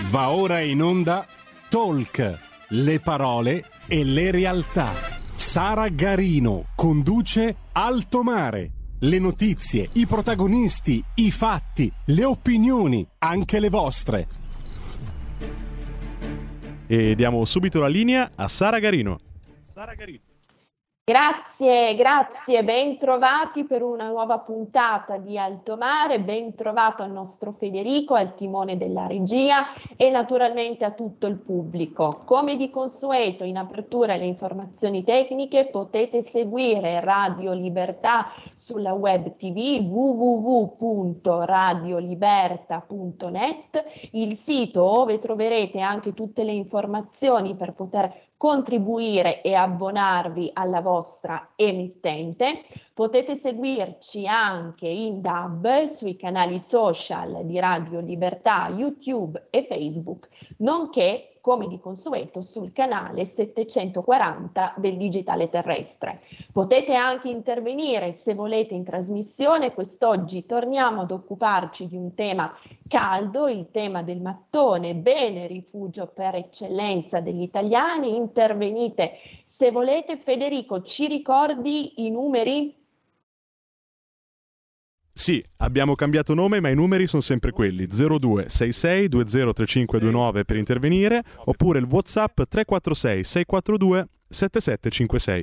Va ora in onda Talk, le parole e le realtà. Sara Garino conduce Alto Mare. Le notizie, i protagonisti, i fatti, le opinioni, anche le vostre. E diamo subito la linea a Sara Garino. Grazie, ben trovati per una nuova puntata di Alto Mare, ben trovato al nostro Federico al timone della regia e naturalmente a tutto il pubblico. Come di consueto in apertura le informazioni tecniche potete seguire Radio Libertà sulla web tv www.radioliberta.net, il sito dove troverete anche tutte le informazioni per poter contribuire e abbonarvi alla vostra emittente. Potete seguirci anche in DAB sui canali social di Radio Libertà, YouTube e Facebook, nonché, come di consueto, sul canale 740 del Digitale Terrestre. Potete anche intervenire se volete in trasmissione. Quest'oggi torniamo ad occuparci di un tema caldo, il tema del mattone, bene rifugio per eccellenza degli italiani. Intervenite se volete. Federico, ci ricordi i numeri? Sì, abbiamo cambiato nome, ma i numeri sono sempre quelli: 0266 203529 per intervenire, oppure il WhatsApp 346 642 7756.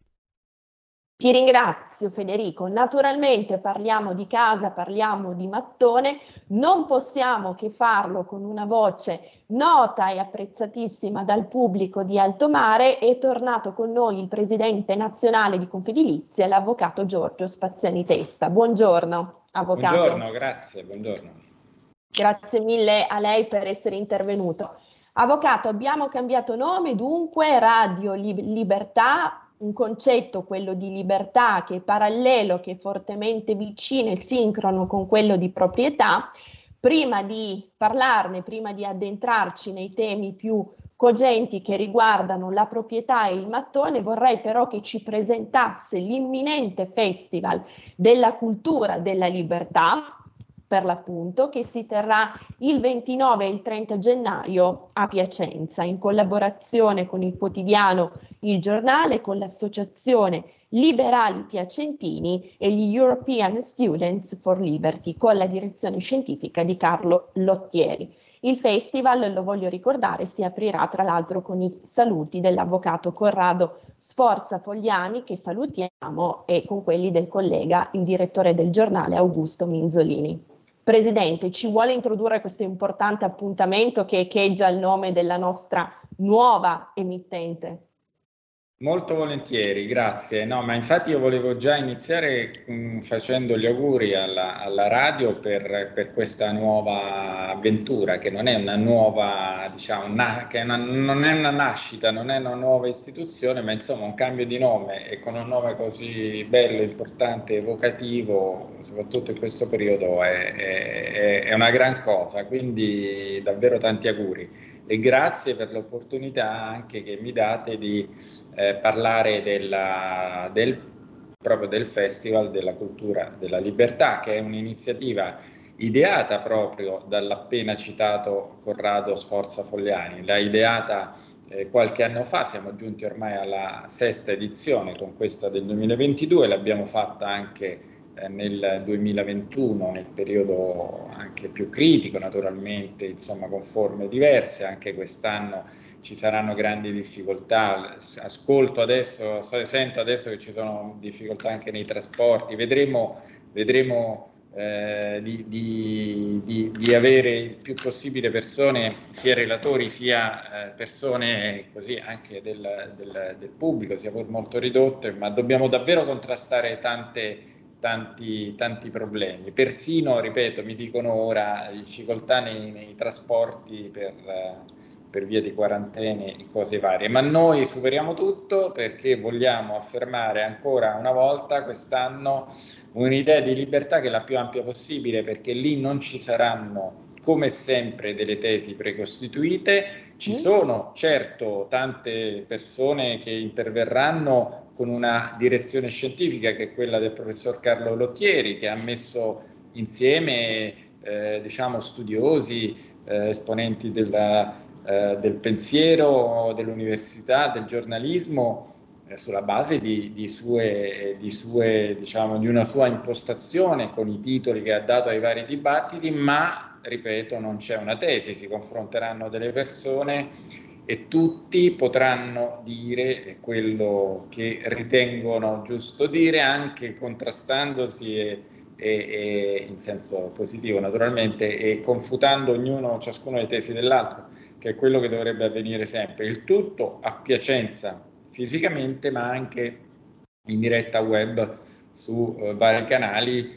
Ti ringrazio Federico. Naturalmente parliamo di casa, parliamo di mattone, non possiamo che farlo con una voce nota e apprezzatissima dal pubblico di Alto Mare. È tornato con noi il presidente nazionale di Confedilizia, l'avvocato Giorgio Spaziani Testa. Buongiorno, avvocato. Buongiorno, grazie, buongiorno. Grazie mille a lei per essere intervenuto. Avvocato, abbiamo cambiato nome, dunque Radio Libertà, un concetto, quello di libertà, che è parallelo, che è fortemente vicino e sincrono con quello di proprietà. Prima di parlarne, prima di addentrarci nei temi più cogenti che riguardano la proprietà e il mattone, vorrei però che ci presentasse l'imminente Festival della Cultura della Libertà, per l'appunto, che si terrà il 29 e il 30 gennaio a Piacenza, in collaborazione con il quotidiano Il Giornale, con l'associazione Liberali Piacentini e gli European Students for Liberty, con la direzione scientifica di Carlo Lottieri. Il festival, lo voglio ricordare, si aprirà tra l'altro con i saluti dell'avvocato Corrado Sforza Fogliani, che salutiamo, e con quelli del collega, il direttore del Giornale Augusto Minzolini. Presidente, ci vuole introdurre questo importante appuntamento che echeggia il nome della nostra nuova emittente? Molto volentieri, grazie. No, ma infatti io volevo già iniziare facendo gli auguri alla radio per questa nuova avventura, che non è una nuova, diciamo, non è una nascita, non è una nuova istituzione, ma insomma un cambio di nome, e con un nome così bello, importante, evocativo, soprattutto in questo periodo, è una gran cosa. Quindi davvero tanti auguri. E grazie per l'opportunità anche che mi date di parlare proprio del Festival della Cultura della Libertà, che è un'iniziativa ideata proprio dall'appena citato Corrado Sforza Fogliani. L'ha ideata qualche anno fa, siamo giunti ormai alla 6ª edizione con questa del 2022, l'abbiamo fatta anche nel 2021, nel periodo anche più critico naturalmente, insomma con forme diverse. Anche quest'anno ci saranno grandi difficoltà, sento adesso che ci sono difficoltà anche nei trasporti, vedremo di avere il più possibile persone, sia relatori sia persone così anche del pubblico, sia pur molto ridotte, ma dobbiamo davvero contrastare tanti problemi. Persino, ripeto, mi dicono ora difficoltà nei trasporti per via di quarantene e cose varie, ma noi superiamo tutto, perché vogliamo affermare ancora una volta quest'anno un'idea di libertà che è la più ampia possibile, perché lì non ci saranno, come sempre, delle tesi precostituite. Ci sono certo tante persone che interverranno con una direzione scientifica, che è quella del professor Carlo Lottieri, che ha messo insieme diciamo studiosi esponenti del pensiero, dell'università, del giornalismo, sulla base di una sua impostazione con i titoli che ha dato ai vari dibattiti, ma, ripeto, non c'è una tesi, si confronteranno delle persone e tutti potranno dire quello che ritengono giusto dire, anche contrastandosi e in senso positivo naturalmente, e confutando ciascuno le tesi dell'altro, che è quello che dovrebbe avvenire sempre. Il tutto a Piacenza fisicamente, ma anche in diretta web su vari canali,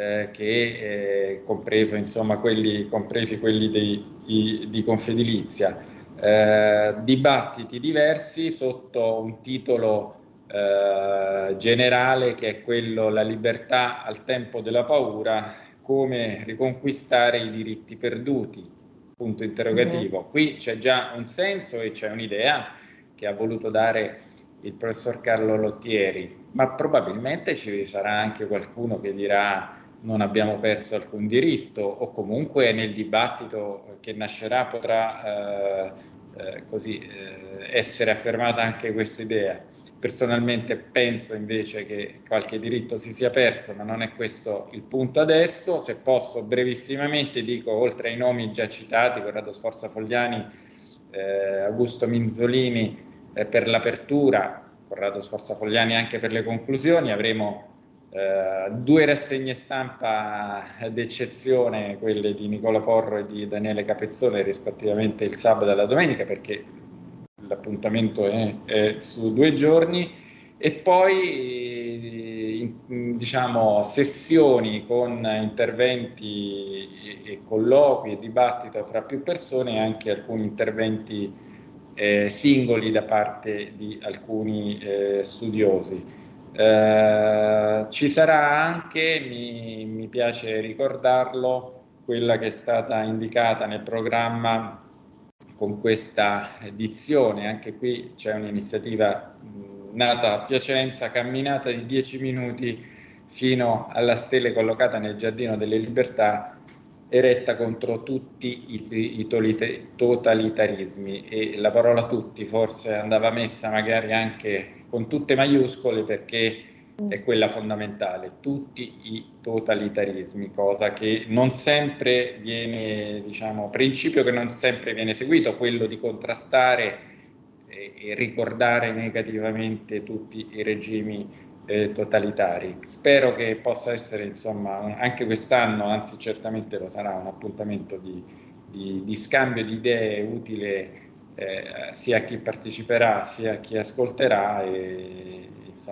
compresi quelli di Confedilizia. Dibattiti diversi sotto un titolo generale, che è quello: la libertà al tempo della paura, come riconquistare i diritti perduti, punto interrogativo. Qui c'è già un senso e c'è un'idea che ha voluto dare il professor Carlo Lottieri, ma probabilmente ci sarà anche qualcuno che dirà: non abbiamo perso alcun diritto, o comunque nel dibattito che nascerà potrà essere affermata anche questa idea. Personalmente penso invece che qualche diritto si sia perso, ma non è questo il punto adesso. Se posso brevissimamente dico, oltre ai nomi già citati, Corrado Sforza Fogliani, Augusto Minzolini per l'apertura, Corrado Sforza Fogliani anche per le conclusioni, avremo 2 rassegne stampa d'eccezione, quelle di Nicola Porro e di Daniele Capezzone, rispettivamente il sabato e la domenica, perché l'appuntamento è su 2 giorni, e poi sessioni con interventi e colloqui e dibattito fra più persone, e anche alcuni interventi singoli da parte di alcuni studiosi. Ci sarà anche, mi piace ricordarlo, quella che è stata indicata nel programma con questa edizione. Anche qui c'è un'iniziativa nata a Piacenza: camminata di 10 minuti fino alla stele collocata nel Giardino delle Libertà, eretta contro tutti i totalitarismi. E la parola tutti forse andava messa magari anche con tutte maiuscole, perché è quella fondamentale: tutti i totalitarismi, cosa che non sempre viene, principio che non sempre viene seguito, quello di contrastare e ricordare negativamente tutti i regimi totalitari. Spero che possa essere, anche quest'anno, anzi certamente lo sarà, un appuntamento di scambio di idee utile sia a chi parteciperà sia a chi ascolterà, e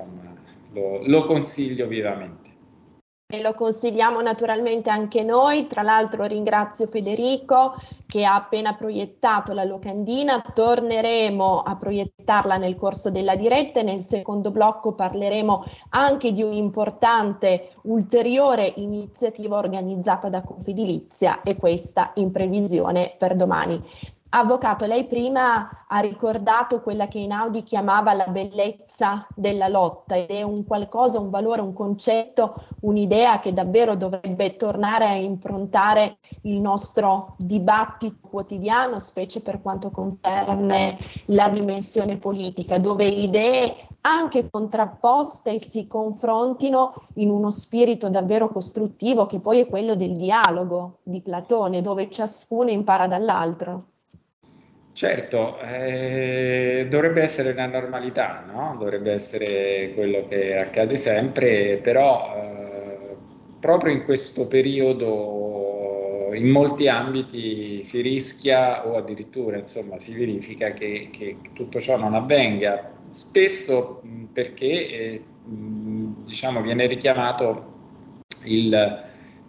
lo consiglio vivamente. E lo consigliamo naturalmente anche noi. Tra l'altro ringrazio Federico che ha appena proiettato la locandina. Torneremo a proiettarla nel corso della diretta, e nel secondo blocco parleremo anche di un'importante ulteriore iniziativa organizzata da Confedilizia, e questa in previsione per domani. Avvocato, lei prima ha ricordato quella che Einaudi chiamava la bellezza della lotta, ed è un qualcosa, un valore, un concetto, un'idea che davvero dovrebbe tornare a improntare il nostro dibattito quotidiano, specie per quanto concerne la dimensione politica, dove idee anche contrapposte si confrontino in uno spirito davvero costruttivo, che poi è quello del dialogo di Platone, dove ciascuno impara dall'altro. Certo, dovrebbe essere una normalità, no? Dovrebbe essere quello che accade sempre, però proprio in questo periodo in molti ambiti si rischia, o addirittura si verifica che tutto ciò non avvenga, spesso perché viene richiamato il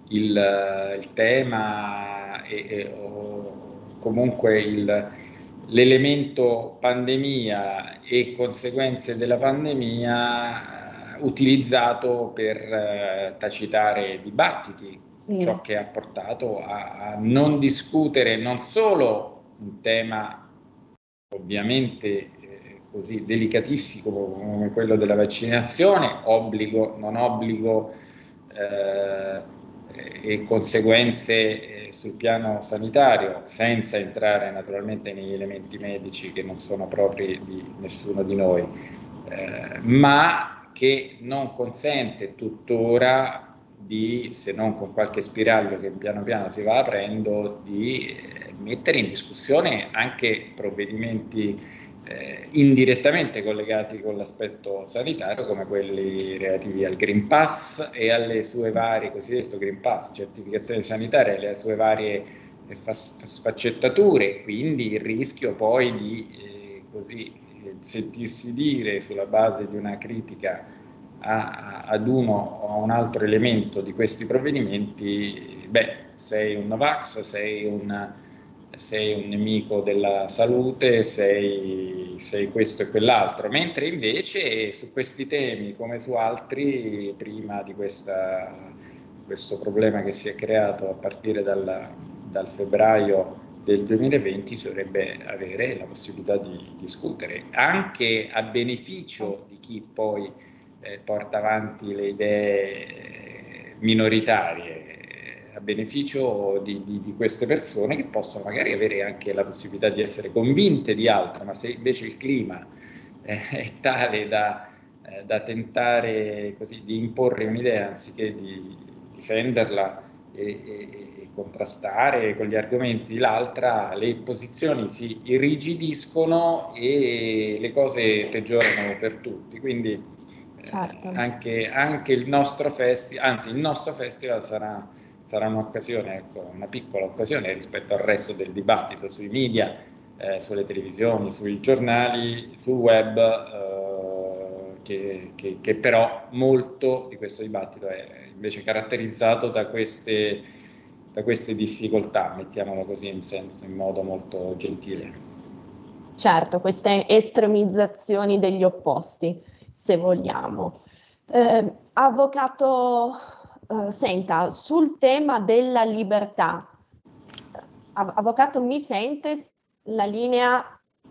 tema o comunque l'elemento pandemia e conseguenze della pandemia utilizzato per tacitare dibattiti, ciò che ha portato a non discutere non solo un tema ovviamente così delicatissimo come quello della vaccinazione, obbligo, non obbligo, e conseguenze sul piano sanitario, senza entrare naturalmente negli elementi medici che non sono propri di nessuno di noi, ma che non consente tuttora di, se non con qualche spiraglio che piano piano si va aprendo, di mettere in discussione anche provvedimenti indirettamente collegati con l'aspetto sanitario, come quelli relativi al Green Pass e alle sue varie, cosiddetto Green Pass, certificazioni sanitarie, alle sue varie sfaccettature, quindi il rischio poi di sentirsi dire sulla base di una critica ad uno o a un altro elemento di questi provvedimenti, sei un Novax, sei un nemico della salute, sei questo e quell'altro, mentre invece su questi temi come su altri, prima di questo problema che si è creato a partire dal febbraio del 2020, si dovrebbe avere la possibilità di discutere, anche a beneficio di chi poi porta avanti le idee minoritarie, a beneficio di queste persone che possono magari avere anche la possibilità di essere convinte di altro, ma se invece il clima è tale da tentare così di imporre un'idea anziché di difenderla e contrastare con gli argomenti l'altra, le posizioni si irrigidiscono e le cose peggiorano per tutti. Quindi certo. Anche il nostro festival sarà un'occasione, una piccola occasione rispetto al resto del dibattito sui media, sulle televisioni, sui giornali, sul web, che però molto di questo dibattito è invece caratterizzato da queste difficoltà, mettiamolo così in modo molto gentile. Certo, queste estremizzazioni degli opposti, se vogliamo. Avvocato, senta, sul tema della libertà, avvocato, mi sente? La linea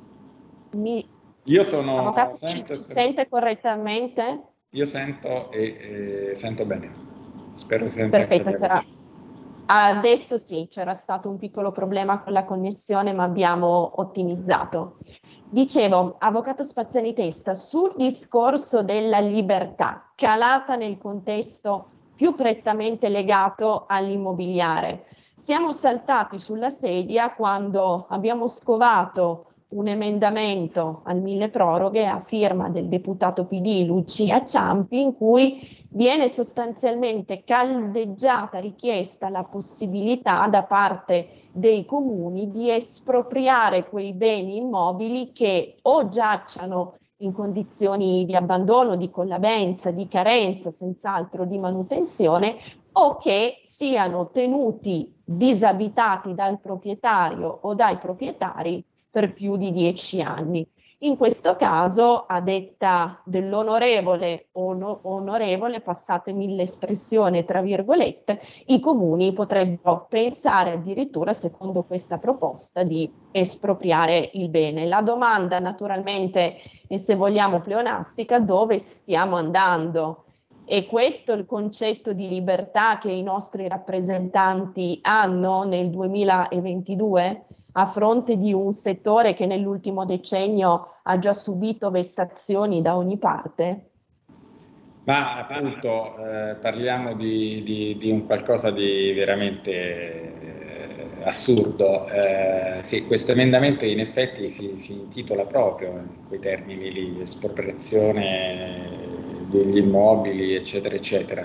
Io sono... Avvocato, ci sente correttamente? Io sento e sento bene. Spero si senta. Perfetto, adesso sì, c'era stato un piccolo problema con la connessione, ma abbiamo ottimizzato. Dicevo, avvocato Spaziani Testa, sul discorso della libertà, calata nel contesto più prettamente legato all'immobiliare. Siamo saltati sulla sedia quando abbiamo scovato un emendamento al milleproroghe a firma del deputato PD Lucia Ciampi, in cui viene sostanzialmente caldeggiata, richiesta la possibilità da parte dei comuni di espropriare quei beni immobili che o giacciano in condizioni di abbandono, di collabenza, di carenza, senz'altro di manutenzione, o che siano tenuti disabitati dal proprietario o dai proprietari per più di 10 anni. In questo caso, a detta dell'onorevole onorevole, passatemi l'espressione tra virgolette, i comuni potrebbero pensare addirittura, secondo questa proposta, di espropriare il bene. La domanda naturalmente, e se vogliamo pleonastica, dove stiamo andando? E questo è il concetto di libertà che i nostri rappresentanti hanno nel 2022? A fronte di un settore che nell'ultimo decennio ha già subito vessazioni da ogni parte? Ma appunto parliamo di un qualcosa di veramente assurdo. Sì, questo emendamento in effetti si intitola proprio in quei termini lì, espropriazione degli immobili, eccetera, eccetera.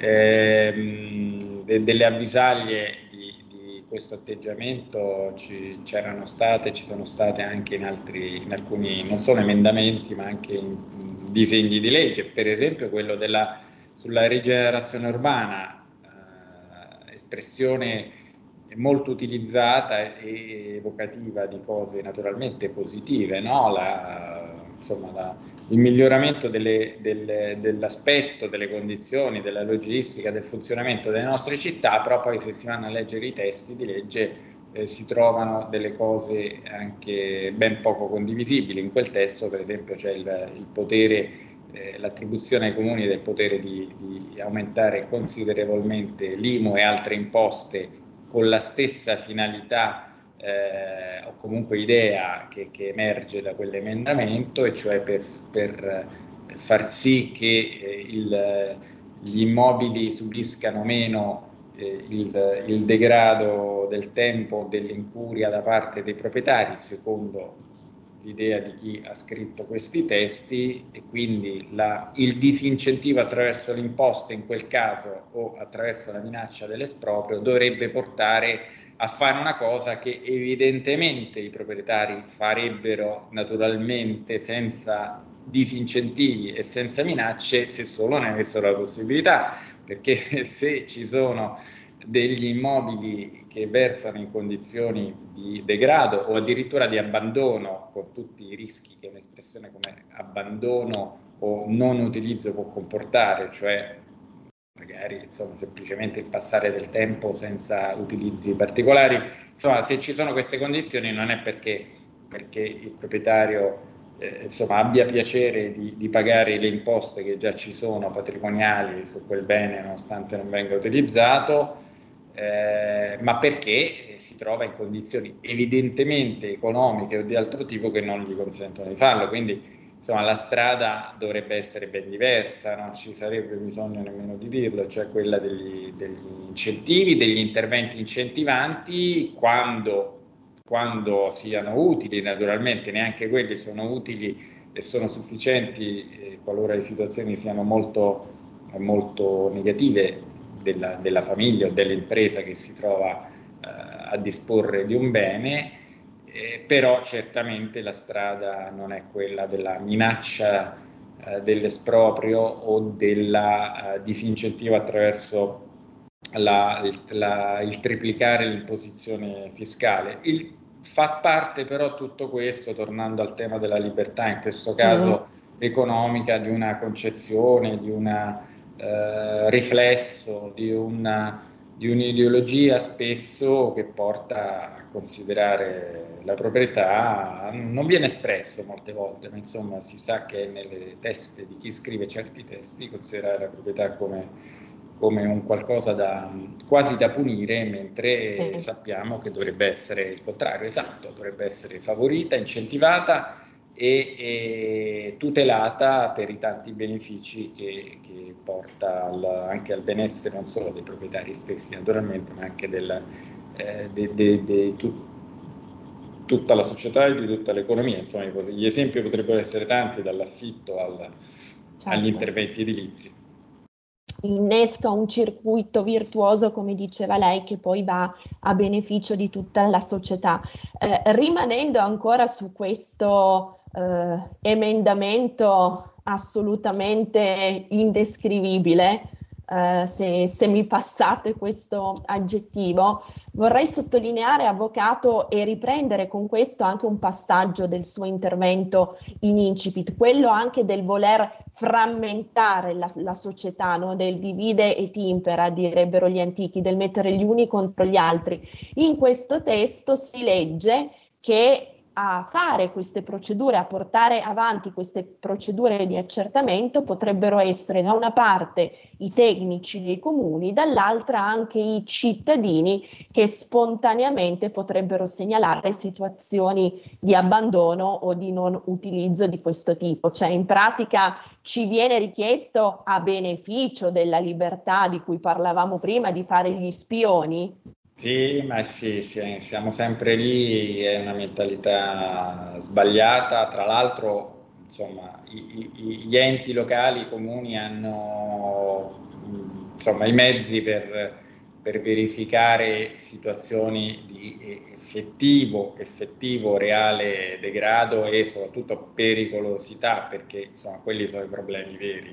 Delle avvisaglie questo atteggiamento ci sono state anche in alcuni, non solo emendamenti, ma anche in disegni di legge, per esempio quello sulla rigenerazione urbana, espressione molto utilizzata e evocativa di cose naturalmente positive, no? Il miglioramento dell'aspetto, delle condizioni, della logistica, del funzionamento delle nostre città, però poi se si vanno a leggere i testi di legge si trovano delle cose anche ben poco condivisibili. In quel testo, per esempio, c'è il potere, l'attribuzione ai comuni del potere di aumentare considerevolmente l'IMU e altre imposte con la stessa finalità o comunque idea che emerge da quell'emendamento, e cioè per far sì che gli immobili subiscano meno il degrado del tempo, dell'incuria da parte dei proprietari, secondo l'idea di chi ha scritto questi testi, e quindi il disincentivo attraverso l'imposta in quel caso o attraverso la minaccia dell'esproprio dovrebbe portare a fare una cosa che evidentemente i proprietari farebbero naturalmente senza disincentivi e senza minacce, se solo ne avessero la possibilità, perché se ci sono degli immobili che versano in condizioni di degrado o addirittura di abbandono, con tutti i rischi che un'espressione come abbandono o non utilizzo può comportare, cioè magari semplicemente il passare del tempo senza utilizzi particolari, insomma, se ci sono queste condizioni non è perché il proprietario abbia piacere di pagare le imposte che già ci sono patrimoniali su quel bene nonostante non venga utilizzato, ma perché si trova in condizioni evidentemente economiche o di altro tipo che non gli consentono di farlo. Quindi la strada dovrebbe essere ben diversa, non ci sarebbe bisogno nemmeno di dirlo, cioè quella degli incentivi, degli interventi incentivanti quando siano utili. Naturalmente neanche quelli sono utili e sono sufficienti qualora le situazioni siano molto, molto negative della famiglia o dell'impresa che si trova a disporre di un bene, però certamente la strada non è quella della minaccia dell'esproprio o del disincentivo attraverso il triplicare l'imposizione fiscale. Fa parte però tutto questo, tornando al tema della libertà, in questo caso economica, di una concezione, di un riflesso, di un'ideologia spesso che porta a considerare la proprietà, non viene espresso molte volte, ma insomma si sa che nelle teste di chi scrive certi testi considerare la proprietà come un qualcosa quasi da punire, mentre sappiamo che dovrebbe essere il contrario, esatto, dovrebbe essere favorita, incentivata e tutelata per i tanti benefici che porta anche al benessere non solo dei proprietari stessi naturalmente, ma anche tutta la società e di tutta l'economia. Insomma, gli esempi potrebbero essere tanti, dall'affitto agli interventi edilizi. Innesca un circuito virtuoso, come diceva lei, che poi va a beneficio di tutta la società. Rimanendo ancora su questo emendamento assolutamente indescrivibile, se mi passate questo aggettivo, vorrei sottolineare, avvocato, e riprendere con questo anche un passaggio del suo intervento in incipit, quello anche del voler frammentare la società, no? Del divide et impera, direbbero gli antichi, del mettere gli uni contro gli altri. In questo testo si legge che a fare queste procedure, a portare avanti queste procedure di accertamento potrebbero essere da una parte i tecnici dei comuni, dall'altra anche i cittadini che spontaneamente potrebbero segnalare situazioni di abbandono o di non utilizzo di questo tipo. Cioè, in pratica ci viene richiesto, a beneficio della libertà di cui parlavamo prima, di fare gli spioni. Sì, ma sì, siamo sempre lì, è una mentalità sbagliata. Tra l'altro, insomma, gli enti locali, i comuni hanno i mezzi per verificare situazioni di effettivo reale degrado e soprattutto pericolosità, perché quelli sono i problemi veri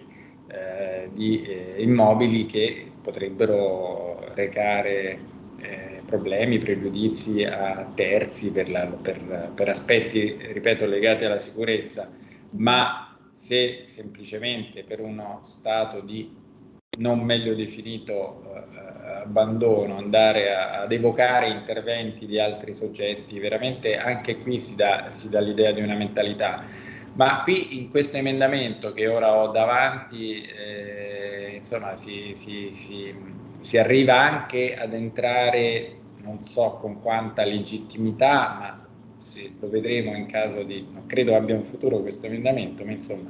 di immobili che potrebbero recare problemi, pregiudizi a terzi per aspetti, ripeto, legati alla sicurezza. Ma se semplicemente per uno stato di non meglio definito abbandono andare ad evocare interventi di altri soggetti, veramente anche qui si dà l'idea di una mentalità. Ma qui in questo emendamento che ora ho davanti si arriva anche ad entrare non so con quanta legittimità, ma se lo vedremo in caso di, non credo abbia un futuro questo emendamento, ma insomma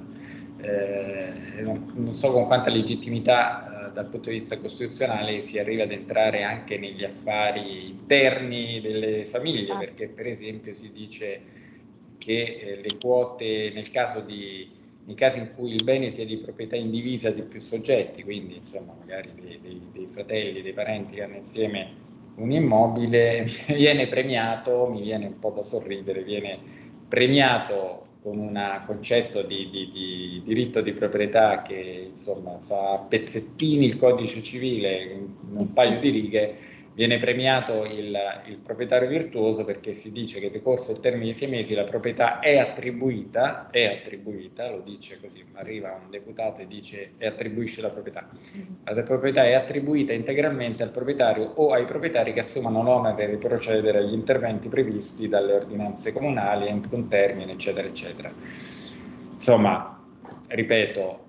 non so con quanta legittimità dal punto di vista costituzionale si arriva ad entrare anche negli affari interni delle famiglie, perché per esempio si dice che le quote nei casi in cui il bene sia di proprietà indivisa di più soggetti, quindi insomma magari dei fratelli, dei parenti che hanno insieme un immobile, viene premiato, mi viene un po' da sorridere, viene premiato con un concetto di diritto di proprietà che insomma fa a pezzettini il codice civile in un paio di righe. Viene premiato il proprietario virtuoso perché si dice che decorso il termine di 6 mesi la proprietà è attribuita, lo dice così, arriva un deputato e dice e attribuisce la proprietà. La proprietà è attribuita integralmente al proprietario o ai proprietari che assumano l'onere di procedere agli interventi previsti dalle ordinanze comunali entro un termine, eccetera, eccetera. Insomma, ripeto,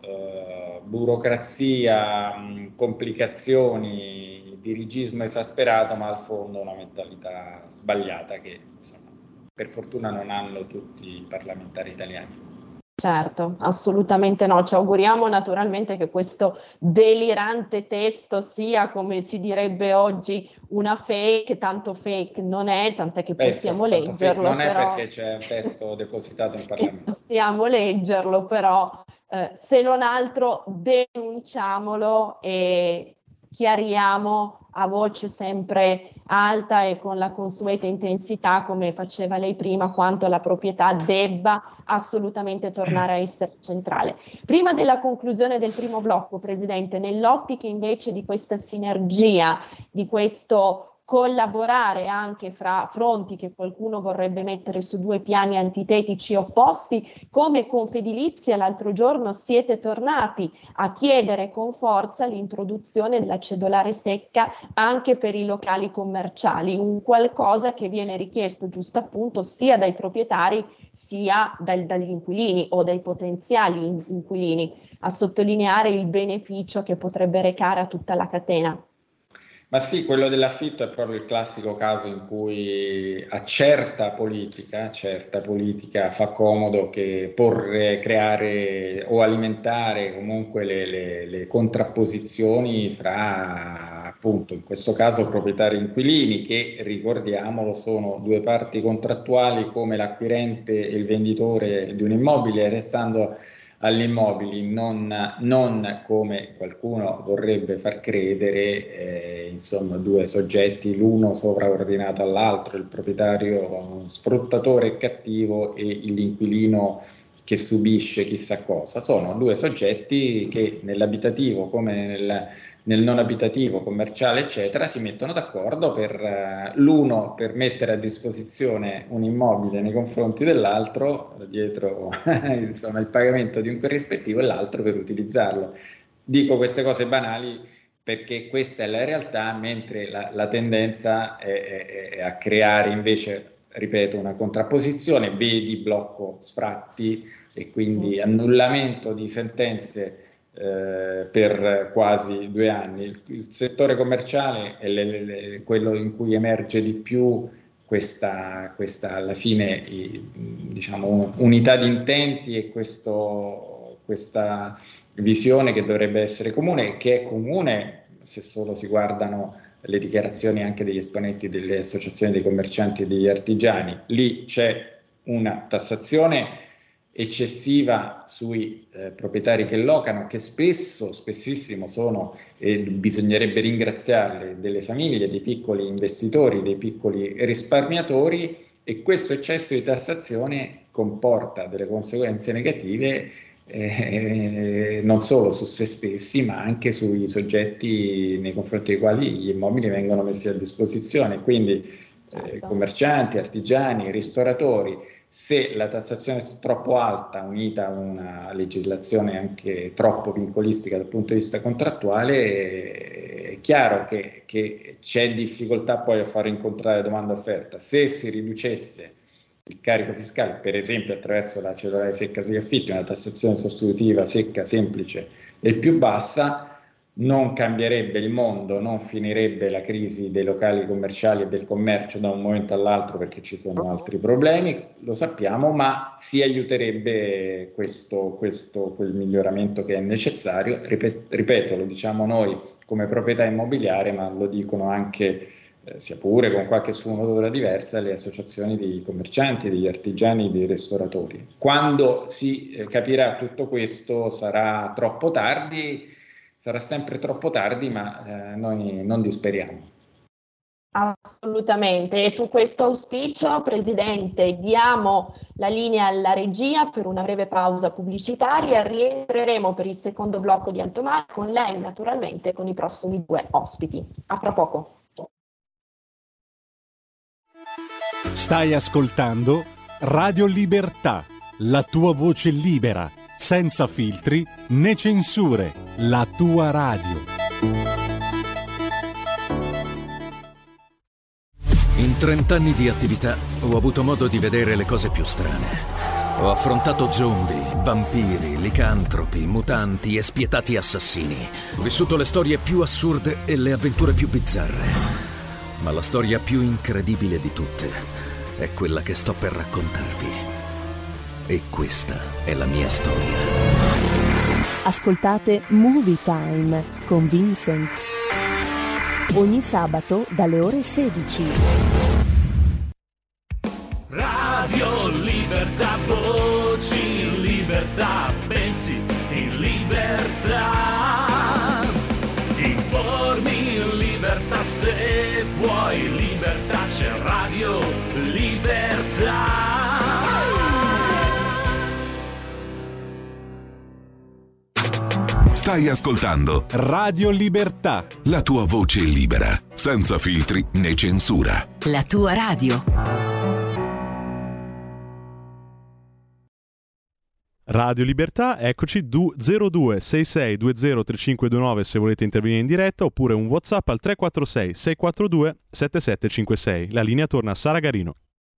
burocrazia, complicazioni, dirigismo esasperato, ma al fondo una mentalità sbagliata che insomma, per fortuna non hanno tutti i parlamentari italiani. Certo, assolutamente no. Ci auguriamo naturalmente che questo delirante testo sia, come si direbbe oggi, una fake, tanto fake non è, tant'è che possiamo leggerlo. Non è perché c'è un testo depositato in Parlamento. Possiamo leggerlo, però se non altro denunciamolo e chiariamo a voce sempre alta e con la consueta intensità, come faceva lei prima, quanto la proprietà debba assolutamente tornare a essere centrale. Prima della conclusione del primo blocco, Presidente, nell'ottica invece di questa sinergia, di questo collaborare anche fra fronti che qualcuno vorrebbe mettere su due piani antitetici opposti, come Confedilizia l'altro giorno siete tornati a chiedere con forza l'introduzione della cedolare secca anche per i locali commerciali, un qualcosa che viene richiesto giusto appunto sia dai proprietari sia dagli inquilini o dai potenziali inquilini, a sottolineare il beneficio che potrebbe recare a tutta la catena. Ma sì, quello dell'affitto è proprio il classico caso in cui a certa politica fa comodo che creare o alimentare comunque le contrapposizioni fra, appunto, in questo caso proprietari e inquilini, che ricordiamolo sono due parti contrattuali come l'acquirente e il venditore di un immobile, restando agli immobili, non come qualcuno vorrebbe far credere, insomma, due soggetti, l'uno sovraordinato all'altro, il proprietario sfruttatore e cattivo e l'inquilino che subisce chissà cosa. Sono due soggetti che nell'abitativo come nel non abitativo, commerciale, eccetera, si mettono d'accordo per l'uno per mettere a disposizione un immobile nei confronti dell'altro, dietro insomma, il pagamento di un corrispettivo, e l'altro per utilizzarlo. Dico queste cose banali perché questa è la realtà, mentre la tendenza è a creare invece, ripeto, una contrapposizione, vedi blocco sfratti e quindi annullamento di sentenze per quasi 2 anni. Il settore commerciale è quello in cui emerge di più questa alla fine diciamo unità di intenti e questa visione che dovrebbe essere comune e che è comune se solo si guardano le dichiarazioni anche degli esponenti delle associazioni dei commercianti e degli artigiani. Lì c'è una tassazione eccessiva sui proprietari che locano, che spessissimo sono, e bisognerebbe ringraziarle, delle famiglie, dei piccoli investitori, dei piccoli risparmiatori, e questo eccesso di tassazione comporta delle conseguenze negative non solo su se stessi ma anche sui soggetti nei confronti dei quali gli immobili vengono messi a disposizione, quindi commercianti, artigiani, ristoratori. Se la tassazione è troppo alta, unita a una legislazione anche troppo vincolistica dal punto di vista contrattuale, è chiaro che c'è difficoltà poi a fare incontrare domanda e offerta. Se si riducesse il carico fiscale, per esempio attraverso la cedolare secca sugli affitti, una tassazione sostitutiva secca, semplice e più bassa, non cambierebbe il mondo, non finirebbe la crisi dei locali commerciali e del commercio da un momento all'altro perché ci sono altri problemi, lo sappiamo, ma si aiuterebbe quel miglioramento che è necessario. Ripeto, lo diciamo noi come proprietà immobiliare, ma lo dicono anche, sia pure con qualche sfumatura diversa, le associazioni dei commercianti, degli artigiani, dei ristoratori. Quando si capirà tutto questo sarà troppo tardi. Sarà sempre troppo tardi, ma noi non disperiamo. Assolutamente. E su questo auspicio, Presidente, diamo la linea alla regia per una breve pausa pubblicitaria. Rientreremo per il secondo blocco di Alto Mare con lei, naturalmente, con i prossimi 2 ospiti. A tra poco. Stai ascoltando Radio Libertà, la tua voce libera, senza filtri né censure, la tua radio. In 30 anni di attività ho avuto modo di vedere le cose più strane. Ho affrontato zombie, vampiri, licantropi, mutanti e spietati assassini. Ho vissuto le storie più assurde e le avventure più bizzarre. Ma la storia più incredibile di tutte è quella che sto per raccontarvi. E questa è la mia storia. Ascoltate Movie Time con Vincent. Ogni sabato dalle ore 16. Radio Libertà, voci in libertà, pensi in libertà. Informi in libertà, se vuoi libertà, c'è Radio Libertà. Stai ascoltando Radio Libertà, la tua voce libera, senza filtri né censura. La tua radio. Radio Libertà, eccoci, 0266203529 se volete intervenire in diretta, oppure un WhatsApp al 346 642 7756. La linea torna a Sara Garino.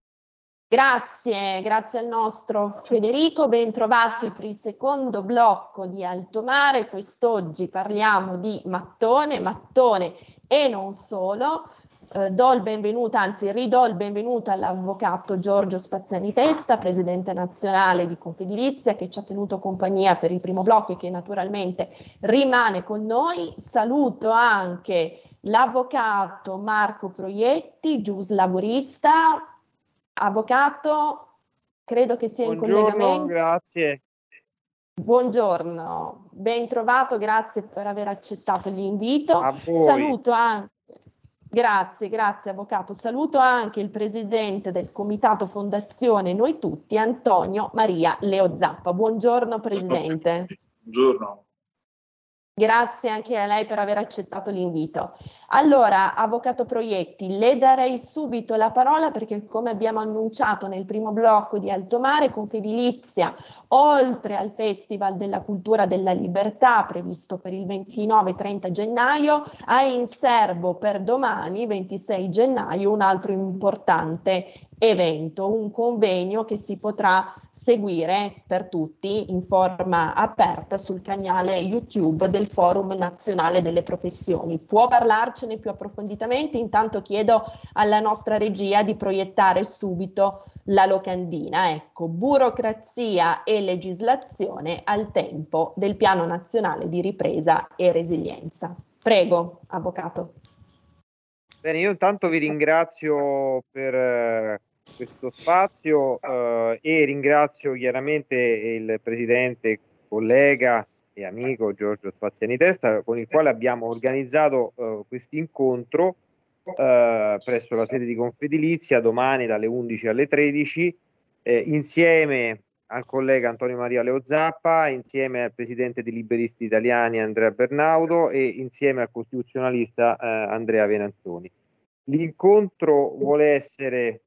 Grazie al nostro Federico, ben trovati per il secondo blocco di Alto Mare. Quest'oggi parliamo di mattone e non solo. Do il benvenuto, anzi ridò il benvenuto all'avvocato Giorgio Spaziani Testa, presidente nazionale di Confedilizia, che ci ha tenuto compagnia per il primo blocco e che naturalmente rimane con noi. Saluto anche l'avvocato Marco Proietti, giuslavorista. Avvocato, credo che sia in collegamento. Grazie. Buongiorno, ben trovato, grazie per aver accettato l'invito. A voi. Saluto anche, grazie avvocato, saluto anche il presidente del Comitato Fondazione Noi Tutti, Antonio Maria Leo Zappa. Buongiorno presidente. Buongiorno. Grazie anche a lei per aver accettato l'invito. Allora, avvocato Proietti, le darei subito la parola perché, come abbiamo annunciato nel primo blocco di Alto Mare, Confedilizia, oltre al Festival della Cultura della Libertà previsto per il 29-30 gennaio, ha in serbo per domani, 26 gennaio, un altro importante evento, un convegno che si potrà seguire per tutti in forma aperta sul canale YouTube del Forum Nazionale delle Professioni. Può parlarcene più approfonditamente? Intanto chiedo alla nostra regia di proiettare subito la locandina. Ecco, burocrazia e legislazione al tempo del Piano Nazionale di Ripresa e Resilienza. Prego, avvocato. Bene, io intanto vi ringrazio per questo spazio e ringrazio chiaramente il presidente, collega e amico Giorgio Spaziani Testa, con il quale abbiamo organizzato questo incontro presso la sede di Confedilizia domani dalle 11 alle 13 insieme al collega Antonio Maria Leo Zappa, insieme al presidente dei Liberisti Italiani Andrea Bernaudo e insieme al costituzionalista Andrea Venanzoni. L'incontro vuole essere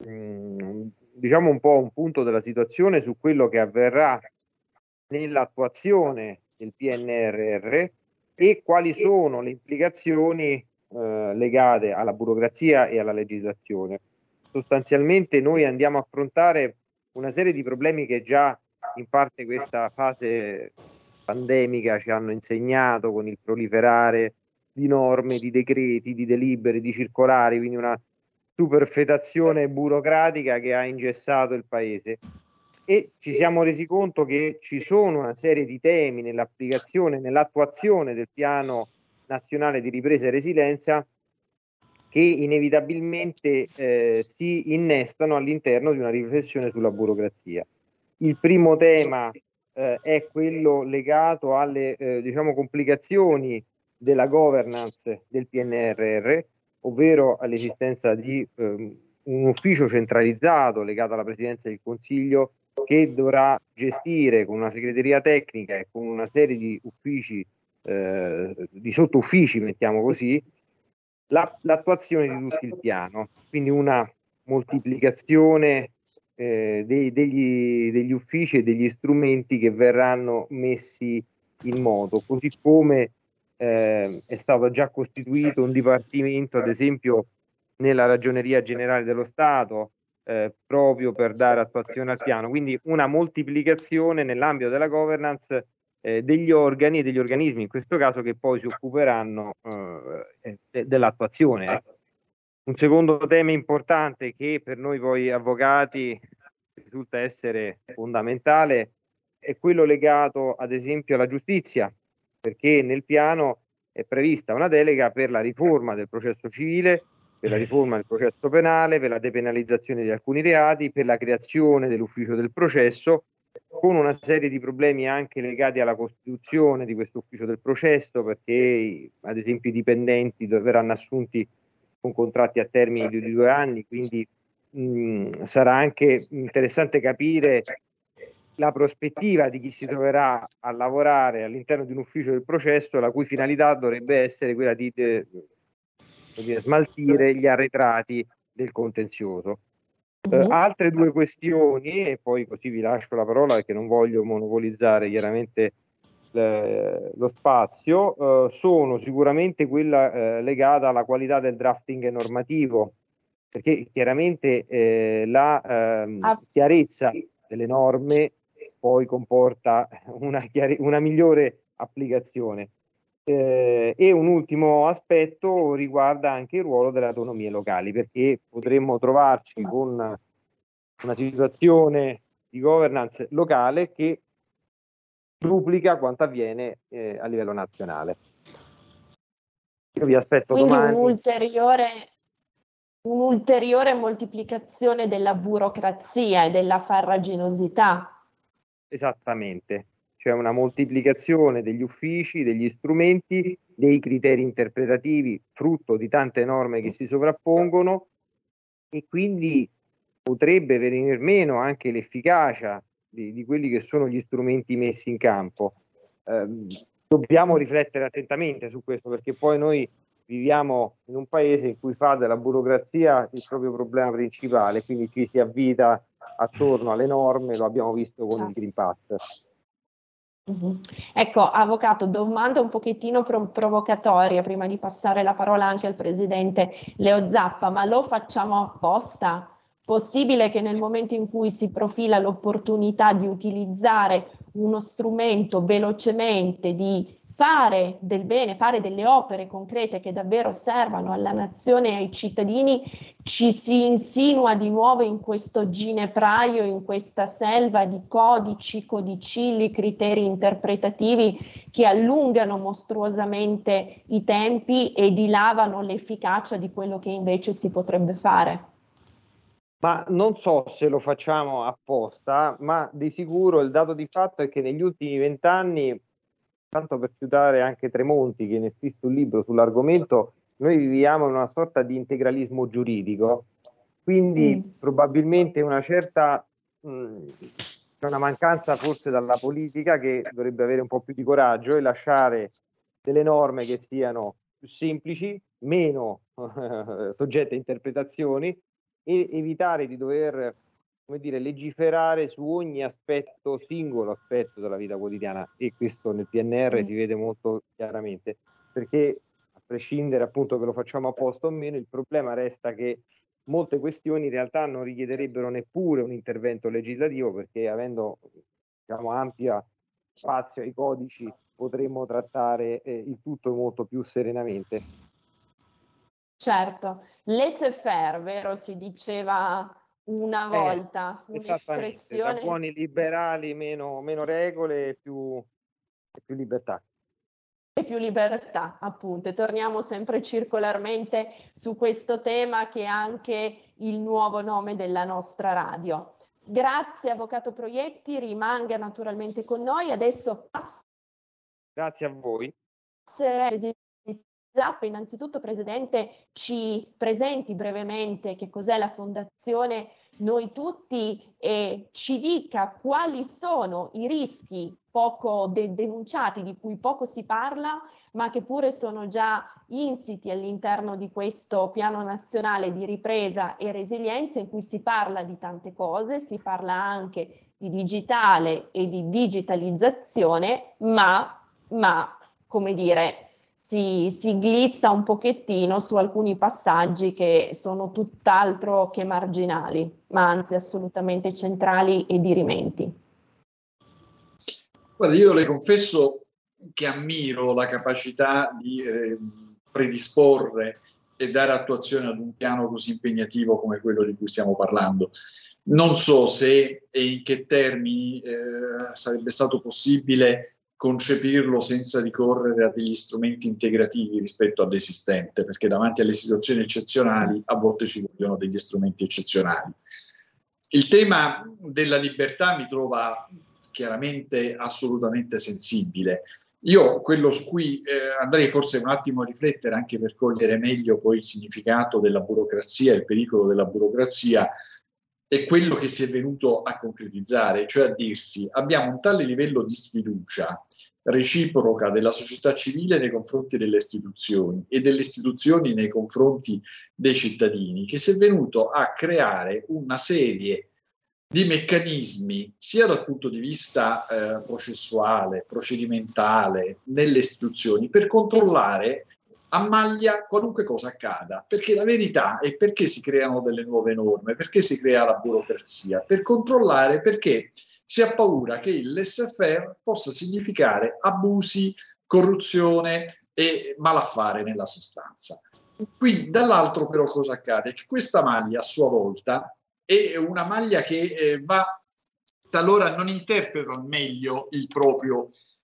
diciamo un po' un punto della situazione su quello che avverrà nell'attuazione del PNRR e quali sono le implicazioni legate alla burocrazia e alla legislazione. Sostanzialmente noi andiamo a affrontare una serie di problemi che già in parte questa fase pandemica ci hanno insegnato con il proliferare di norme, di decreti, di delibere, di circolari, quindi una superfetazione burocratica che ha ingessato il paese. E ci siamo resi conto che ci sono una serie di temi nell'applicazione, nell'attuazione del piano nazionale di ripresa e resilienza che inevitabilmente si innestano all'interno di una riflessione sulla burocrazia. Il primo tema è quello legato alle diciamo complicazioni della governance del PNRR, ovvero all'esistenza di un ufficio centralizzato legato alla Presidenza del Consiglio che dovrà gestire con una segreteria tecnica e con una serie di uffici, di sottouffici, mettiamo così, l'attuazione di tutto il piano, quindi una moltiplicazione degli uffici e degli strumenti che verranno messi in moto, così come è stato già costituito un dipartimento, ad esempio, nella Ragioneria Generale dello Stato, proprio per dare attuazione al piano, quindi una moltiplicazione nell'ambito della governance degli organi e degli organismi, in questo caso, che poi si occuperanno dell'attuazione. Un secondo tema importante che per noi poi avvocati risulta essere fondamentale è quello legato ad esempio alla giustizia, perché nel piano è prevista una delega per la riforma del processo civile, per la riforma del processo penale, per la depenalizzazione di alcuni reati, per la creazione dell'ufficio del processo, con una serie di problemi anche legati alla costituzione di questo ufficio del processo, perché ad esempio i dipendenti verranno assunti con contratti a termine di 2 anni, quindi sarà anche interessante capire la prospettiva di chi si troverà a lavorare all'interno di un ufficio del processo, la cui finalità dovrebbe essere quella di smaltire gli arretrati del contenzioso. Altre 2 questioni, e poi così vi lascio la parola perché non voglio monopolizzare chiaramente lo spazio, sono sicuramente quella legata alla qualità del drafting normativo, perché chiaramente la chiarezza delle norme poi comporta una migliore applicazione. E un ultimo aspetto riguarda anche il ruolo delle autonomie locali, perché potremmo trovarci con una situazione di governance locale che duplica quanto avviene a livello nazionale. Io vi aspetto quindi domani. Un'ulteriore moltiplicazione della burocrazia e della farraginosità. Esattamente, cioè una moltiplicazione degli uffici, degli strumenti, dei criteri interpretativi, frutto di tante norme che si sovrappongono, e quindi potrebbe venir meno anche l'efficacia di quelli che sono gli strumenti messi in campo. Dobbiamo riflettere attentamente su questo, perché poi noi viviamo in un paese in cui fa della burocrazia il proprio problema principale, quindi ci si avvita attorno alle norme, lo abbiamo visto con il Green Pass. Ecco, avvocato, domanda un pochettino provocatoria prima di passare la parola anche al presidente Leo Zappa, ma lo facciamo apposta? Possibile che nel momento in cui si profila l'opportunità di utilizzare uno strumento velocemente, di fare del bene, fare delle opere concrete che davvero servano alla nazione e ai cittadini, ci si insinua di nuovo in questo ginepraio, in questa selva di codici, codicilli, criteri interpretativi che allungano mostruosamente i tempi e dilavano l'efficacia di quello che invece si potrebbe fare? Ma non so se lo facciamo apposta, ma di sicuro il dato di fatto è che negli ultimi 20 anni, tanto per citare anche Tremonti, che ne ha scritto un libro sull'argomento, noi viviamo in una sorta di integralismo giuridico, quindi probabilmente una certa una mancanza forse dalla politica, che dovrebbe avere un po' più di coraggio e lasciare delle norme che siano più semplici, meno soggette a interpretazioni, e evitare di dover, come dire, legiferare su ogni aspetto, singolo aspetto della vita quotidiana, e questo nel PNR si vede molto chiaramente, perché a prescindere appunto che lo facciamo apposta o meno, il problema resta che molte questioni in realtà non richiederebbero neppure un intervento legislativo, perché avendo, diciamo, ampia spazio ai codici potremmo trattare il tutto molto più serenamente. Certo, laissez-faire, vero? Si diceva una volta, un'espressione. Da buoni liberali, meno regole e più libertà. E più libertà, appunto. E torniamo sempre circolarmente su questo tema che è anche il nuovo nome della nostra radio. Grazie Avvocato Proietti, rimanga naturalmente con noi. Adesso Grazie a voi. Innanzitutto, Presidente, ci presenti brevemente che cos'è la Fondazione Noi Tutti e ci dica quali sono i rischi poco denunciati, di cui poco si parla, ma che pure sono già insiti all'interno di questo Piano Nazionale di Ripresa e Resilienza, in cui si parla di tante cose, si parla anche di digitale e di digitalizzazione, ma come dire, si glissa un pochettino su alcuni passaggi che sono tutt'altro che marginali, ma anzi assolutamente centrali e dirimenti. Guarda, io le confesso che ammiro la capacità di predisporre e dare attuazione ad un piano così impegnativo come quello di cui stiamo parlando. Non so se e in che termini sarebbe stato possibile concepirlo senza ricorrere a degli strumenti integrativi rispetto all'esistente, perché davanti alle situazioni eccezionali a volte ci vogliono degli strumenti eccezionali. Il tema della libertà mi trova chiaramente assolutamente sensibile. Io quello su cui andrei forse un attimo a riflettere, anche per cogliere meglio poi il significato della burocrazia, il pericolo della burocrazia, è quello che si è venuto a concretizzare, cioè a dirsi: abbiamo un tale livello di sfiducia reciproca della società civile nei confronti delle istituzioni e delle istituzioni nei confronti dei cittadini, che si è venuto a creare una serie di meccanismi sia dal punto di vista processuale, procedimentale, nelle istituzioni, per controllare a maglia qualunque cosa accada, perché la verità è perché si creano delle nuove norme, perché si crea la burocrazia, per controllare, perché si ha paura che il laissez-faire possa significare abusi, corruzione e malaffare nella sostanza. Qui dall'altro però cosa accade? Che questa maglia a sua volta è una maglia che va talora non interpreta al meglio il proprio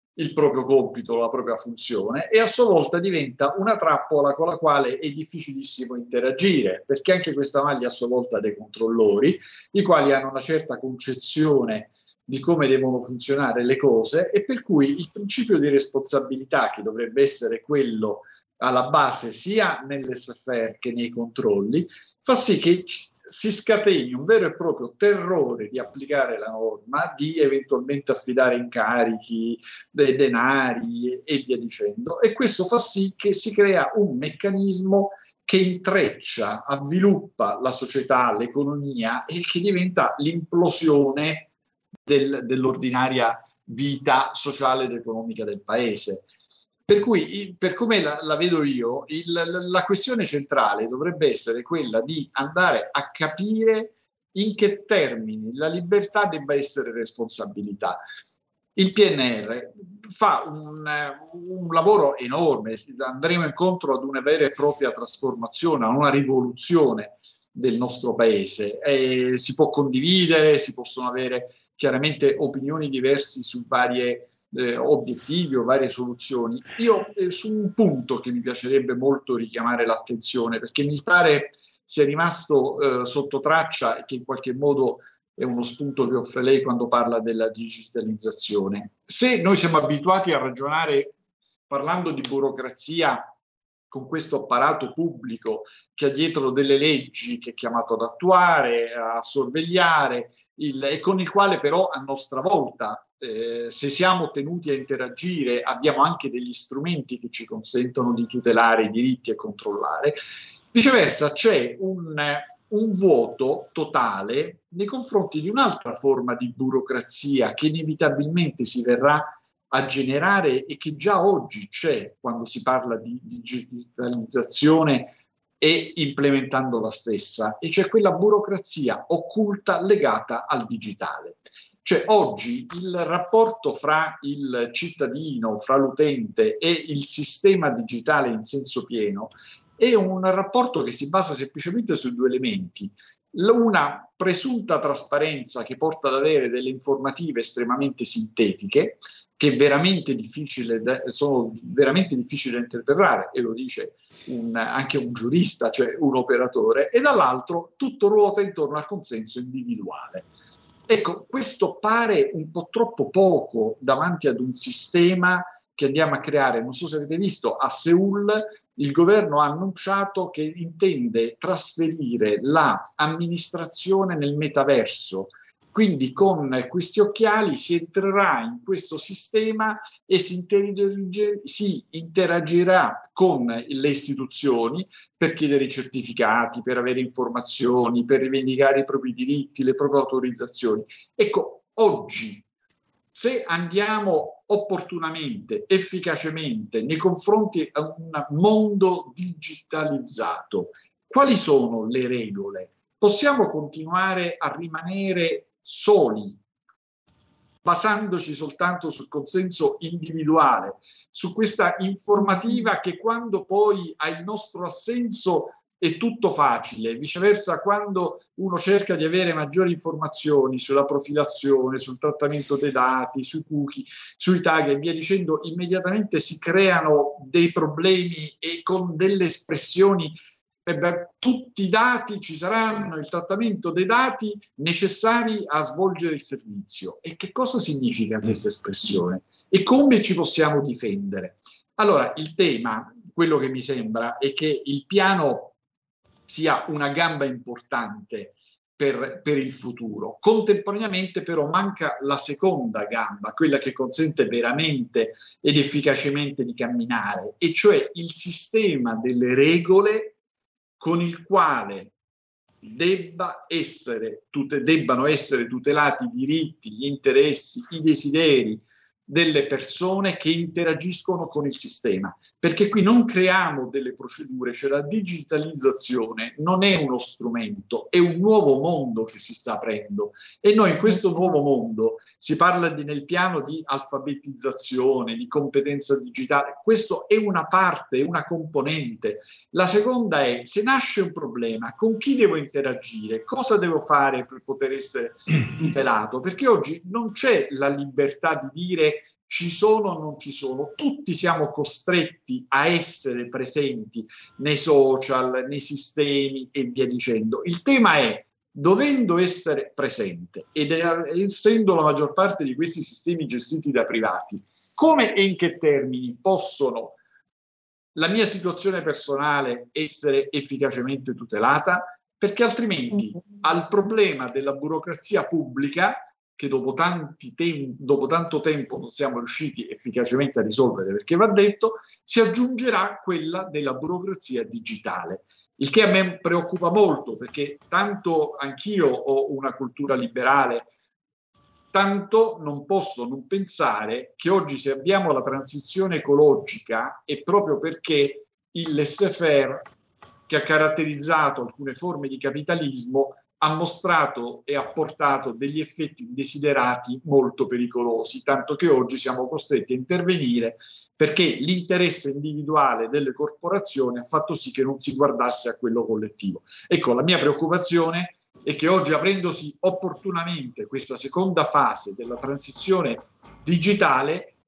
compito, la propria funzione, e a sua volta diventa una trappola con la quale è difficilissimo interagire, perché anche questa maglia a sua volta ha dei controllori, i quali hanno una certa concezione di come devono funzionare le cose, e per cui il principio di responsabilità, che dovrebbe essere quello alla base sia nel laissez-faire che nei controlli, fa sì che si scateni un vero e proprio terrore di applicare la norma, di eventualmente affidare incarichi, dei denari e via dicendo, e questo fa sì che si crea un meccanismo che intreccia, avviluppa la società, l'economia, e che diventa l'implosione dell'ordinaria vita sociale ed economica del paese. Per cui, per come la vedo io, la questione centrale dovrebbe essere quella di andare a capire in che termini la libertà debba essere responsabilità. Il PNR fa un lavoro enorme, andremo incontro ad una vera e propria trasformazione, a una rivoluzione del nostro paese. Si può condividere, si possono avere chiaramente opinioni diverse su varie obiettivi o varie soluzioni. Io su un punto che mi piacerebbe molto richiamare l'attenzione, perché mi pare sia rimasto sotto traccia e che in qualche modo è uno spunto che offre lei quando parla della digitalizzazione. Se noi siamo abituati a ragionare parlando di burocrazia con questo apparato pubblico che ha dietro delle leggi che è chiamato ad attuare, a sorvegliare, e con il quale però a nostra volta se siamo tenuti a interagire abbiamo anche degli strumenti che ci consentono di tutelare i diritti e controllare. Viceversa c'è un vuoto totale nei confronti di un'altra forma di burocrazia che inevitabilmente si verrà a generare e che già oggi c'è quando si parla di digitalizzazione e implementando la stessa, e cioè quella burocrazia occulta legata al digitale. Cioè oggi il rapporto fra il cittadino, fra l'utente e il sistema digitale in senso pieno è un rapporto che si basa semplicemente su due elementi. Una presunta trasparenza che porta ad avere delle informative estremamente sintetiche, che sono veramente difficili da interpretare, e lo dice anche un giurista, cioè un operatore, e dall'altro tutto ruota intorno al consenso individuale. Ecco, questo pare un po' troppo poco davanti ad un sistema che andiamo a creare. Non so se avete visto, a Seul il governo ha annunciato che intende trasferire l'amministrazione nel metaverso. Quindi con questi occhiali si entrerà in questo sistema e si interagirà con le istituzioni per chiedere i certificati, per avere informazioni, per rivendicare i propri diritti, le proprie autorizzazioni. Ecco, oggi, se andiamo opportunamente, efficacemente nei confronti a un mondo digitalizzato, quali sono le regole? Possiamo continuare a rimanere soli, basandoci soltanto sul consenso individuale, su questa informativa che quando poi ha il nostro assenso è tutto facile, viceversa quando uno cerca di avere maggiori informazioni sulla profilazione, sul trattamento dei dati, sui cookie, sui tag e via dicendo, immediatamente si creano dei problemi e con delle espressioni tutti i dati ci saranno, il trattamento dei dati necessari a svolgere il servizio. E che cosa significa questa espressione? E come ci possiamo difendere? Allora, il tema, quello che mi sembra, è che il piano sia una gamba importante per il futuro. Contemporaneamente però manca la seconda gamba, quella che consente veramente ed efficacemente di camminare, e cioè il sistema delle regole con il quale debbano essere tutelati i diritti, gli interessi, i desideri delle persone che interagiscono con il sistema, perché qui non creiamo delle procedure, cioè la digitalizzazione non è uno strumento, è un nuovo mondo che si sta aprendo, e noi in questo nuovo mondo si parla nel piano di alfabetizzazione, di competenza digitale. Questo è una parte, è una componente. La seconda è: se nasce un problema, con chi devo interagire, cosa devo fare per poter essere tutelato, perché oggi non c'è la libertà di dire ci sono o non ci sono, tutti siamo costretti a essere presenti nei social, nei sistemi e via dicendo. Il tema è, dovendo essere presente ed essendo la maggior parte di questi sistemi gestiti da privati, come e in che termini possono la mia situazione personale essere efficacemente tutelata? Perché altrimenti al problema della burocrazia pubblica, che dopo tanto tempo non siamo riusciti efficacemente a risolvere, perché va detto, si aggiungerà quella della burocrazia digitale. Il che a me preoccupa molto, perché tanto anch'io ho una cultura liberale, tanto non posso non pensare che oggi, se abbiamo la transizione ecologica, è proprio perché il laissez-faire che ha caratterizzato alcune forme di capitalismo ha mostrato e ha portato degli effetti indesiderati molto pericolosi, tanto che oggi siamo costretti a intervenire perché l'interesse individuale delle corporazioni ha fatto sì che non si guardasse a quello collettivo. Ecco, la mia preoccupazione è che oggi, aprendosi opportunamente questa seconda fase della transizione digitale,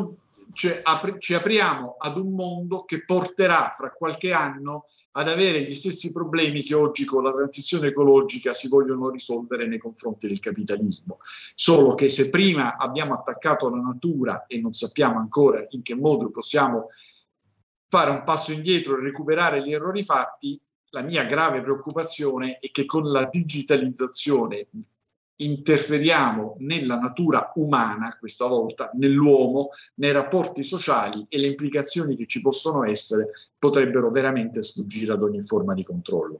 ci apriamo ad un mondo che porterà fra qualche anno ad avere gli stessi problemi che oggi con la transizione ecologica si vogliono risolvere nei confronti del capitalismo. Solo che se prima abbiamo attaccato la natura e non sappiamo ancora in che modo possiamo fare un passo indietro e recuperare gli errori fatti, la mia grave preoccupazione è che con la digitalizzazione interferiamo nella natura umana, questa volta nell'uomo, nei rapporti sociali, e le implicazioni che ci possono essere potrebbero veramente sfuggire ad ogni forma di controllo.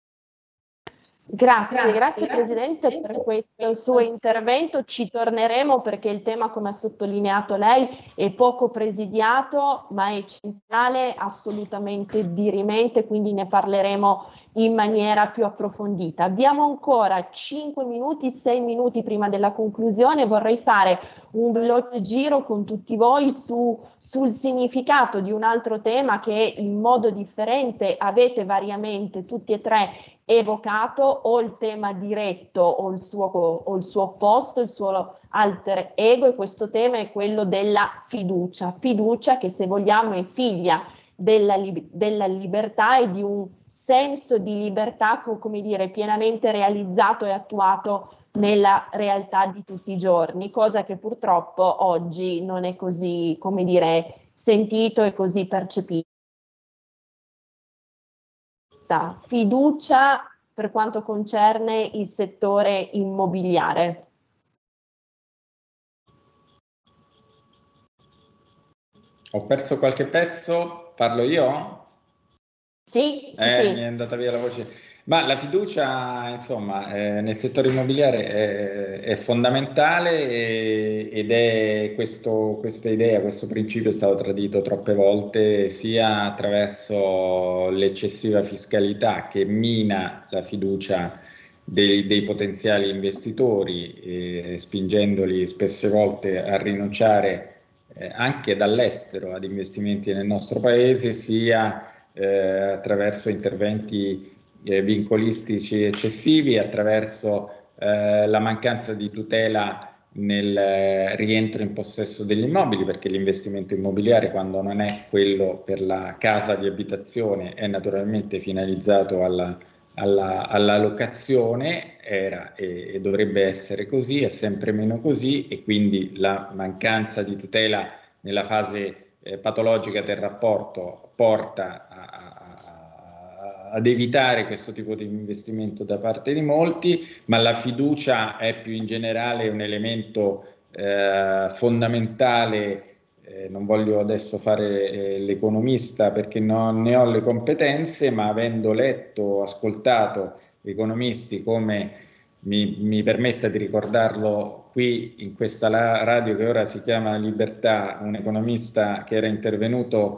Grazie Presidente per questo suo intervento. Ci torneremo perché il tema, come ha sottolineato lei, è poco presidiato ma è centrale, assolutamente dirimente, quindi ne parleremo in maniera più approfondita. Abbiamo ancora 5 minuti, 6 minuti prima della conclusione. Vorrei fare un veloce giro con tutti voi sul significato di un altro tema che in modo differente avete variamente tutti e tre evocato, o il tema diretto o il suo opposto, il suo alter ego, e questo tema è quello della fiducia che, se vogliamo, è figlia della libertà e di un senso di libertà, come dire, pienamente realizzato e attuato nella realtà di tutti i giorni, cosa che purtroppo oggi non è così, come dire, sentito e così percepito. Fiducia per quanto concerne il settore immobiliare. Ho perso qualche pezzo, parlo io? Sì. Mi è andata via la voce. Ma la fiducia, insomma, nel settore immobiliare è fondamentale, ed è questa idea, questo principio è stato tradito troppe volte, sia attraverso l'eccessiva fiscalità che mina la fiducia dei potenziali investitori, spingendoli spesse volte a rinunciare anche dall'estero ad investimenti nel nostro paese, sia attraverso interventi vincolistici eccessivi, attraverso la mancanza di tutela nel rientro in possesso degli immobili, perché l'investimento immobiliare, quando non è quello per la casa di abitazione, è naturalmente finalizzato alla locazione, era e dovrebbe essere così, è sempre meno così, e quindi la mancanza di tutela nella fase patologica del rapporto porta ad evitare questo tipo di investimento da parte di molti. Ma la fiducia è più in generale un elemento fondamentale. Non voglio adesso fare l'economista perché non ne ho le competenze, ma avendo letto, ascoltato economisti come mi permetta di ricordarlo qui in questa radio che ora si chiama Libertà, un economista che era intervenuto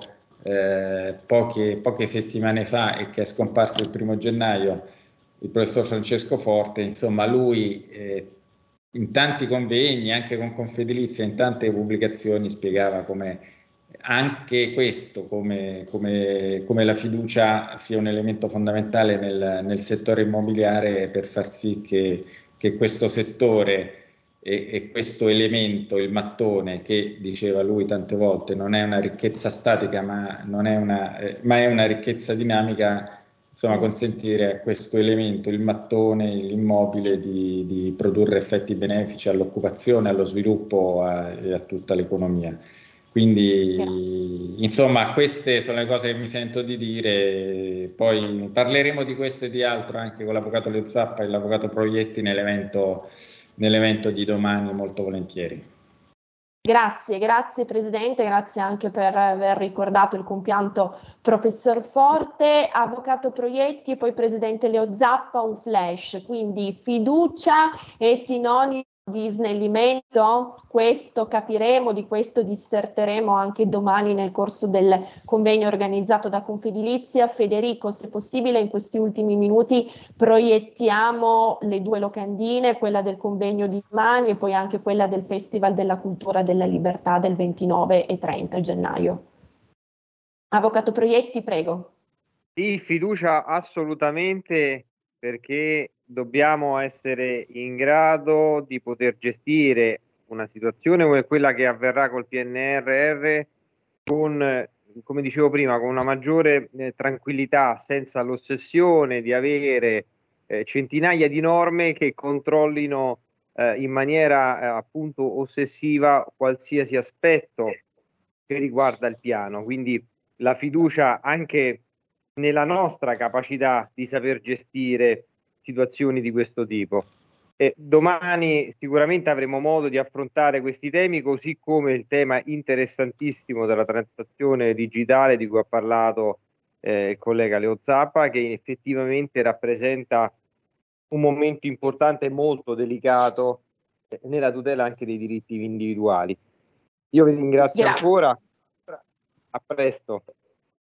poche settimane fa e che è scomparso il 1° gennaio, il professor Francesco Forte. Insomma, lui in tanti convegni, anche con Confedilizia, in tante pubblicazioni, spiegava come anche questo, come la fiducia sia un elemento fondamentale nel settore immobiliare, per far sì che questo settore e questo elemento, il mattone, che diceva lui tante volte non è una ricchezza statica ma è una ricchezza dinamica, insomma, consentire a questo elemento, il mattone, l'immobile, di produrre effetti benefici all'occupazione, allo sviluppo e a tutta l'economia. Quindi, insomma, queste sono le cose che mi sento di dire. Poi parleremo di questo e di altro anche con l'avvocato Leo Zappa e l'avvocato Proietti nell'evento di domani, molto volentieri. Grazie Presidente, grazie anche per aver ricordato il compianto Professor Forte. Avvocato Proietti e poi Presidente Leo Zappa, un flash, quindi fiducia è sinonimo di snellimento? Questo capiremo, di questo disserteremo anche domani nel corso del convegno organizzato da Confedilizia. Federico, se possibile in questi ultimi minuti proiettiamo le due locandine, quella del convegno di domani e poi anche quella del Festival della Cultura della Libertà del 29 e 30 gennaio. Avvocato Proietti, prego. Sì, fiducia assolutamente, perché dobbiamo essere in grado di poter gestire una situazione come quella che avverrà col PNRR con, come dicevo prima, con una maggiore tranquillità, senza l'ossessione di avere centinaia di norme che controllino in maniera appunto ossessiva qualsiasi aspetto che riguarda il piano. Quindi la fiducia anche nella nostra capacità di saper gestire situazioni di questo tipo. Domani sicuramente avremo modo di affrontare questi temi, così come il tema interessantissimo della transazione digitale di cui ha parlato il collega Leo Zappa, che effettivamente rappresenta un momento importante e molto delicato nella tutela anche dei diritti individuali. Io vi ringrazio ancora, a presto.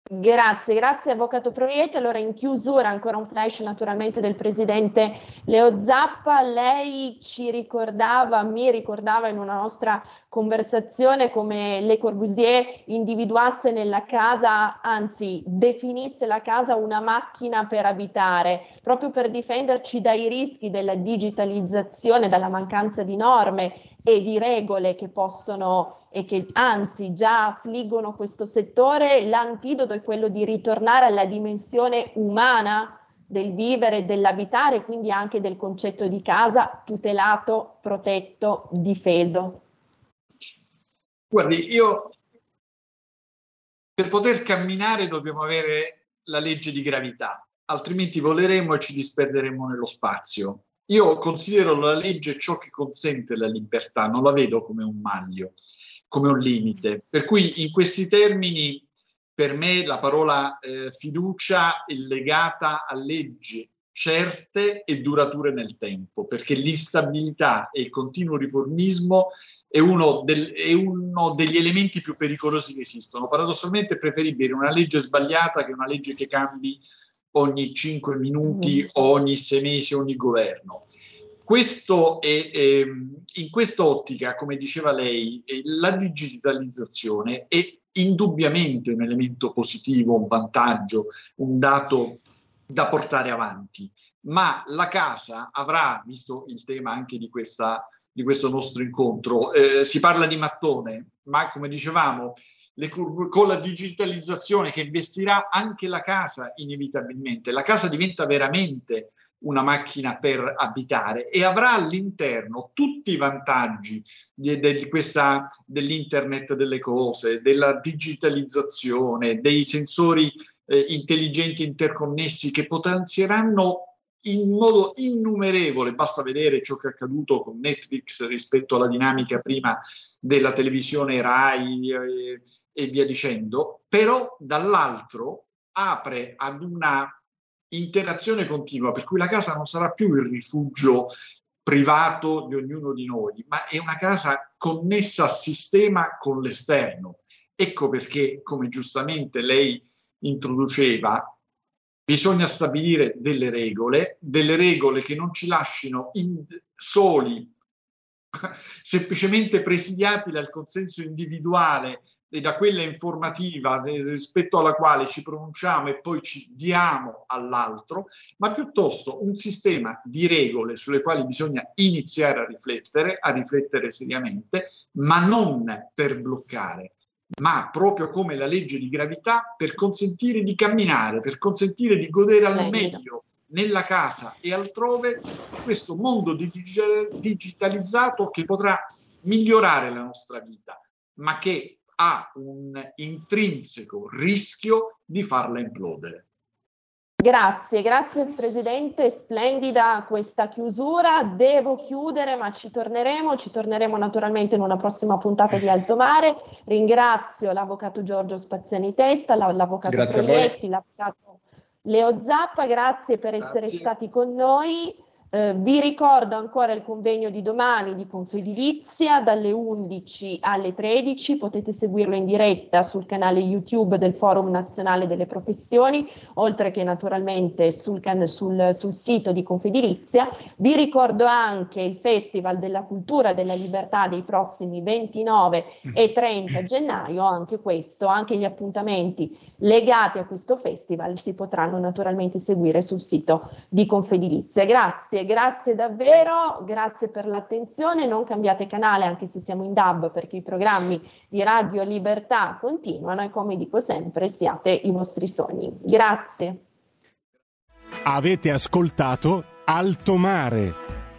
Grazie Avvocato Proietti. Allora, in chiusura ancora un flash naturalmente del presidente Leo Zappa. Lei mi ricordava in una nostra conversazione come Le Corbusier individuasse nella casa, anzi definisse la casa una macchina per abitare, proprio per difenderci dai rischi della digitalizzazione, dalla mancanza di norme e di regole che possono e che anzi già affliggono questo settore. L'antidoto è quello di ritornare alla dimensione umana del vivere e dell'abitare, quindi anche del concetto di casa tutelato, protetto, difeso. Guardi, per poter camminare dobbiamo avere la legge di gravità, altrimenti voleremo e ci disperderemo nello spazio. Io considero la legge ciò che consente la libertà, non la vedo come un maglio, come un limite. Per cui in questi termini, per me la parola fiducia è legata a leggi certe e durature nel tempo, perché l'instabilità e il continuo riformismo è uno degli elementi più pericolosi che esistono. Paradossalmente è preferibile una legge sbagliata che una legge che cambi ogni 5 minuti, ogni 6 mesi, ogni governo. Questo è, in quest'ottica, come diceva lei, la digitalizzazione è indubbiamente un elemento positivo, un vantaggio, un dato da portare avanti, ma la casa avrà, visto il tema anche di questo nostro incontro, si parla di mattone, ma come dicevamo, con la digitalizzazione che investirà anche la casa inevitabilmente, la casa diventa veramente una macchina per abitare e avrà all'interno tutti i vantaggi dell'internet delle cose, della digitalizzazione, dei sensori intelligenti interconnessi che potenzieranno in modo innumerevole. Basta vedere ciò che è accaduto con Netflix rispetto alla dinamica prima della televisione Rai e via dicendo, però dall'altro apre ad una interazione continua, per cui la casa non sarà più il rifugio privato di ognuno di noi, ma è una casa connessa a sistema con l'esterno. Ecco perché, come giustamente lei introduceva, bisogna stabilire delle regole che non ci lasciano soli, semplicemente presidiati dal consenso individuale e da quella informativa rispetto alla quale ci pronunciamo e poi ci diamo all'altro, ma piuttosto un sistema di regole sulle quali bisogna iniziare a riflettere seriamente, ma non per bloccare, ma proprio come la legge di gravità per consentire di camminare, per consentire di godere al meglio nella casa e altrove questo mondo digitalizzato che potrà migliorare la nostra vita, ma che ha un intrinseco rischio di farla implodere. Grazie Presidente, splendida questa chiusura. Devo chiudere, ma ci torneremo naturalmente in una prossima puntata di Alto Mare. Ringrazio l'Avvocato Giorgio Spaziani Testa, l'Avvocato Proietti, l'Avvocato Leo Zappa, grazie per essere stati con noi. Vi ricordo ancora il convegno di domani di Confedilizia dalle 11 alle 13, potete seguirlo in diretta sul canale YouTube del Forum Nazionale delle Professioni, oltre che naturalmente sul sito di Confedilizia. Vi ricordo anche il Festival della Cultura e della Libertà dei prossimi 29 e 30 gennaio, anche gli appuntamenti legati a questo festival si potranno naturalmente seguire sul sito di Confedilizia. Grazie davvero, grazie per l'attenzione, non cambiate canale anche se siamo in DAB perché i programmi di Radio Libertà continuano e come dico sempre siate i vostri sogni. Grazie. Avete ascoltato Alto Mare.